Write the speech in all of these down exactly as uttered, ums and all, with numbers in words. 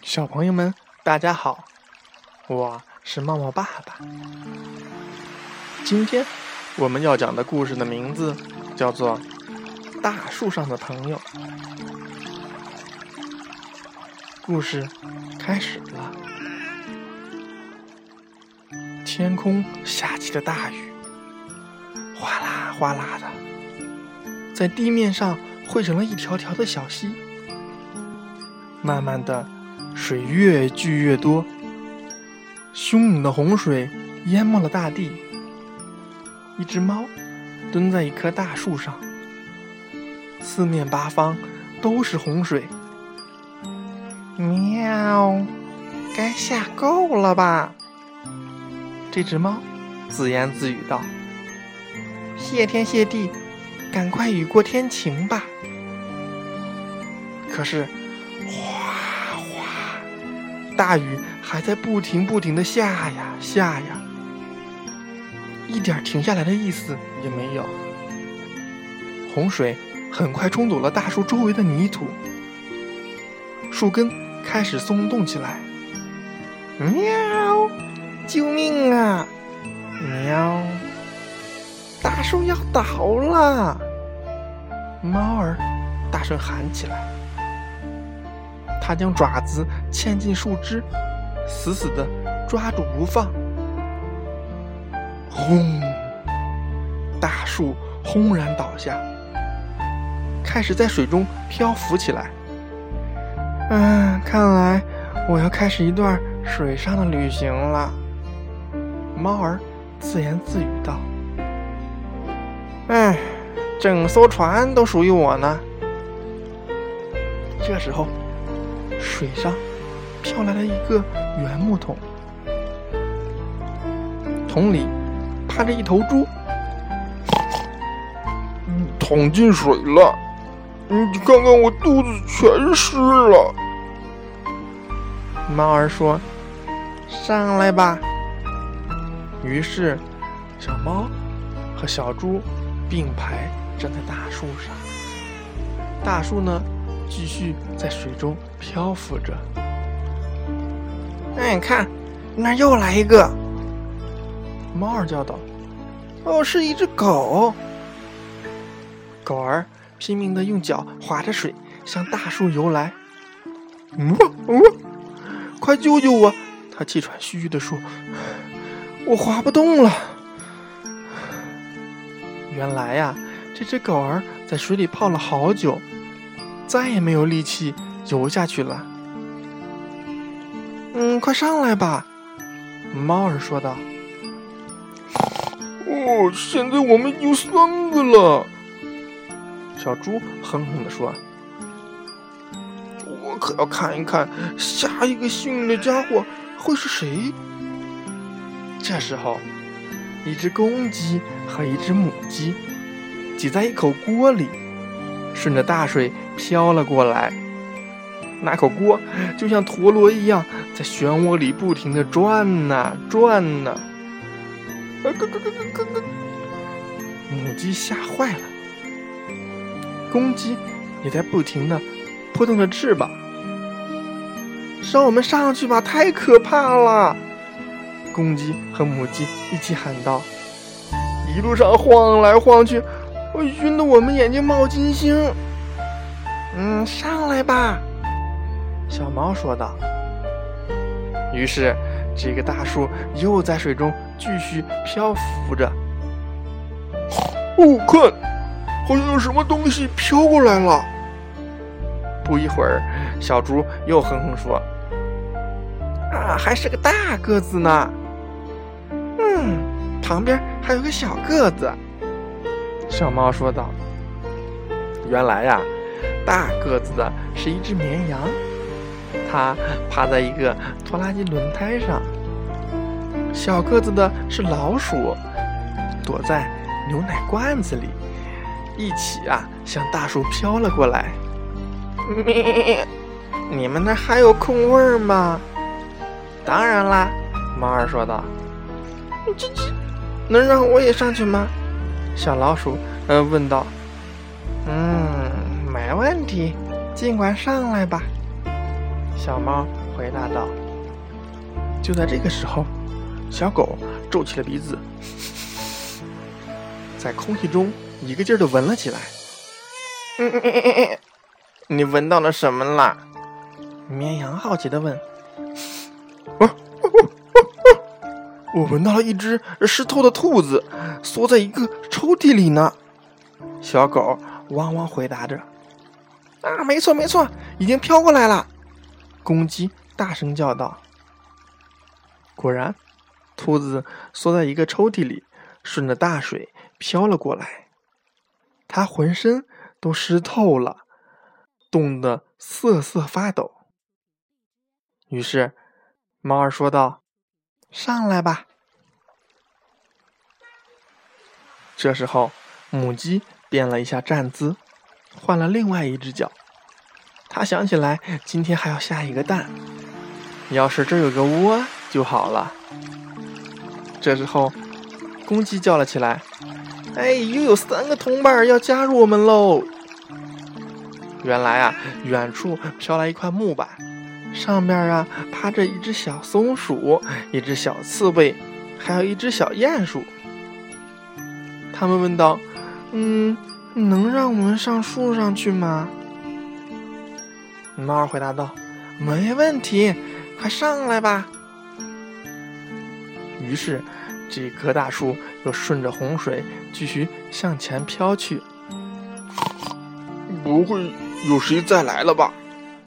小朋友们，大家好，我是茂茂爸爸。今天我们要讲的故事的名字叫做《大树上的朋友》。故事开始了。天空下起了大雨，哗啦哗啦的，在地面上汇成了一条条的小溪。慢慢的，水越聚越多，汹涌的洪水淹没了大地。一只猫蹲在一棵大树上，四面八方都是洪水。喵，该下够了吧？这只猫自言自语道：谢天谢地，赶快雨过天晴吧。可是哗哗，大雨还在不停不停地下呀下呀，一点停下来的意思也没有。洪水很快冲走了大树周围的泥土，树根开始松动起来。喵，救命啊！喵，大树要倒了！猫儿大声喊起来。它将爪子嵌进树枝，死死地抓住不放。轰！大树轰然倒下，开始在水中漂浮起来。嗯，看来我要开始一段水上的旅行了。猫儿自言自语道：哎，整艘船都属于我呢。这时候水上飘来了一个圆木桶，桶里趴着一头猪。 桶进水了，你看看我肚子全湿了。 猫儿说：上来吧。于是小猫和小猪并排站在大树上，大树呢继续在水中漂浮着。哎，看，那儿又来一个！猫儿叫道：哦，是一只狗。狗儿拼命地用脚划着水向大树游来。 嗯嗯， 快救救我！它气喘吁吁地说：我划不动了。原来呀、啊，这只狗儿在水里泡了好久，再也没有力气游下去了。嗯，快上来吧，猫儿说道。 哦，现在我们有三个了。 小猪哼哼地说：我可要看一看下一个幸运的家伙会是谁。这时候，一只公鸡和一只母鸡挤在一口锅里，顺着大水飘了过来。那口锅就像陀螺一样，在漩涡里不停地转呐转呐。咯咯咯咯咯咯！母鸡吓坏了，公鸡也在不停地扑动着翅膀。让我们上去吧，太可怕了！公鸡和母鸡一起喊道。一路上晃来晃去，晕得我们眼睛冒金星。嗯，上来吧，小猫说道。于是这个大树又在水中继续漂浮着。 哦，看，好像有什么东西飘过来了。 不一会儿，小猪又哼哼说：啊，还是个大个子呢。嗯，旁边还有个小个子。小猫说道。原来呀，大个子的是一只绵羊，它趴在一个拖拉机轮胎上。小个子的是老鼠，躲在牛奶罐子里，一起啊向大树飘了过来。你们那还有空位吗？当然啦，猫儿说道。这这能让我也上去吗？小老鼠呃问道。嗯，没问题，尽管上来吧。小猫回答道。就在这个时候，小狗皱起了鼻子，在空气中一个劲儿地闻了起来。嗯嗯嗯嗯嗯，你闻到了什么啦？绵羊好奇地问。啊啊啊啊！我闻到了一只湿透的兔子，缩在一个抽屉里呢。小狗汪汪回答着。啊，没错没错，已经飘过来了！公鸡大声叫道。果然，兔子缩在一个抽屉里，顺着大水飘了过来。它浑身都湿透了，冻得瑟瑟发抖。于是，猫儿说道：“上来吧。”这时候，母鸡变了一下站姿，换了另外一只脚。它想起来今天还要下一个蛋，要是这儿有个窝就好了。这时候，公鸡叫了起来：“哎，又有三个同伴要加入我们喽！”原来啊，远处飘来一块木板，上面啊趴着一只小松鼠，一只小刺猬，还有一只小鼹鼠。他们问道：“嗯，能让我们上树上去吗？”猫儿回答道：“没问题，快上来吧。”于是，这棵大树又顺着洪水继续向前飘去。 不会有谁再来了吧？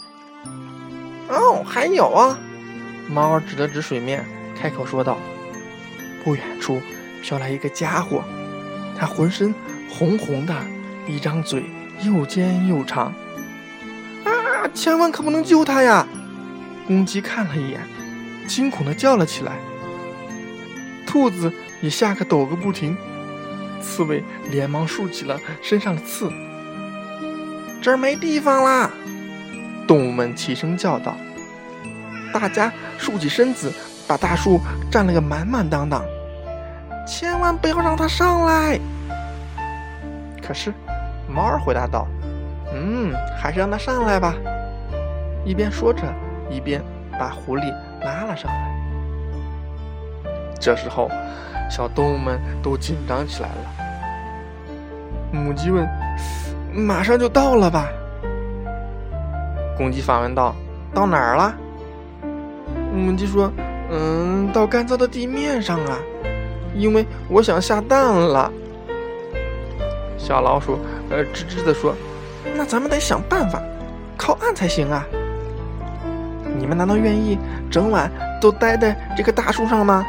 哦，还有啊！猫儿指了指水面，开口说道。不远处飘来一个家伙，他浑身红红的，一张嘴又尖又长。啊！千万可不能救他呀！公鸡看了一眼，惊恐地叫了起来。兔子也吓个抖个不停，刺猬连忙竖起了身上的刺。这儿没地方啦！动物们齐声叫道。大家竖起身子，把大树占了个满满当当。千万不要让它上来！可是，猫儿回答道：“嗯，还是让它上来吧。”一边说着，一边把狐狸拉了上来。这时候，小动物们都紧张起来了。母鸡问：“马上就到了吧？”公鸡反问道：“到哪儿了？”母鸡说：“嗯，到干燥的地面上啊，因为我想下蛋了。”小老鼠呃吱吱地说：“那咱们得想办法，靠岸才行啊！你们难道愿意整晚都待在这棵大树上吗？”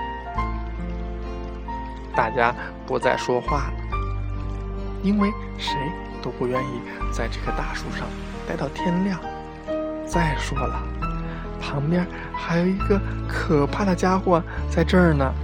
大家不再说话了，因为谁都不愿意在这棵大树上待到天亮。再说了，旁边还有一个可怕的家伙在这儿呢。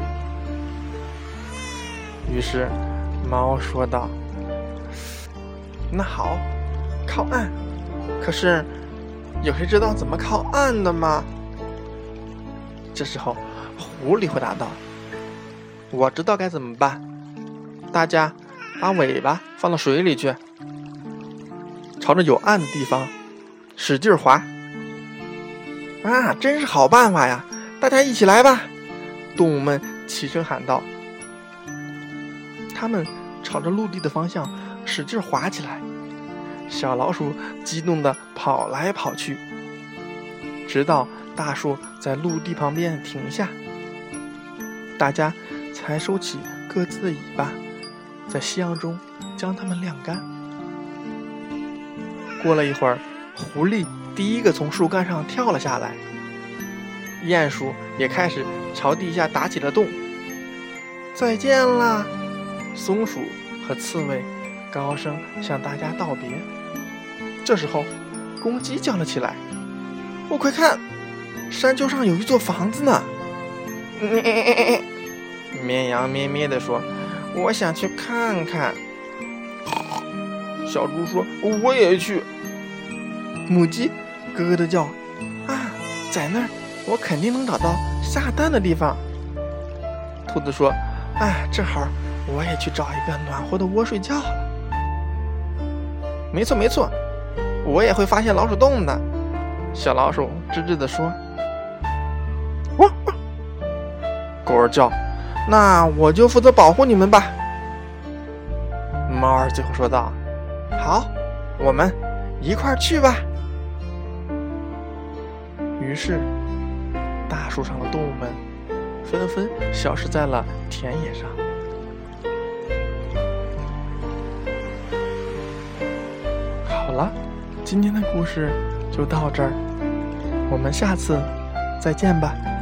于是猫说道：“那好，靠岸。可是有谁知道怎么靠岸的吗？”这时候狐狸回答道：“我知道该怎么办，大家把尾巴放到水里去，朝着有岸的地方使劲划。”啊，真是好办法呀！大家一起来吧！动物们齐声喊道。他们朝着陆地的方向使劲划起来，小老鼠激动地跑来跑去，直到大树在陆地旁边停下，大家才收起各自的尾巴，在夕阳中将它们晾干。过了一会儿，狐狸第一个从树干上跳了下来，鼹鼠也开始朝地下打起了洞。再见啦！松鼠和刺猬高声向大家道别。这时候，公鸡叫了起来：“我快看，山丘上有一座房子呢！”绵羊咩咩地说：“我想去看看。” 小猪说：“我也去。” 母鸡咯咯地叫：“啊，在那儿我肯定能找到下蛋的地方。”兔子说：“啊，正好我也去找一个暖和的窝睡觉了。”没错没错，我也会发现老鼠洞的。小老鼠吱吱地说：“ 狗儿叫：“那我就负责保护你们吧。”猫儿最后说道：“好，我们一块儿去吧。”于是，大树上的动物们纷纷消失在了田野上。好了，今天的故事就到这儿，我们下次再见吧。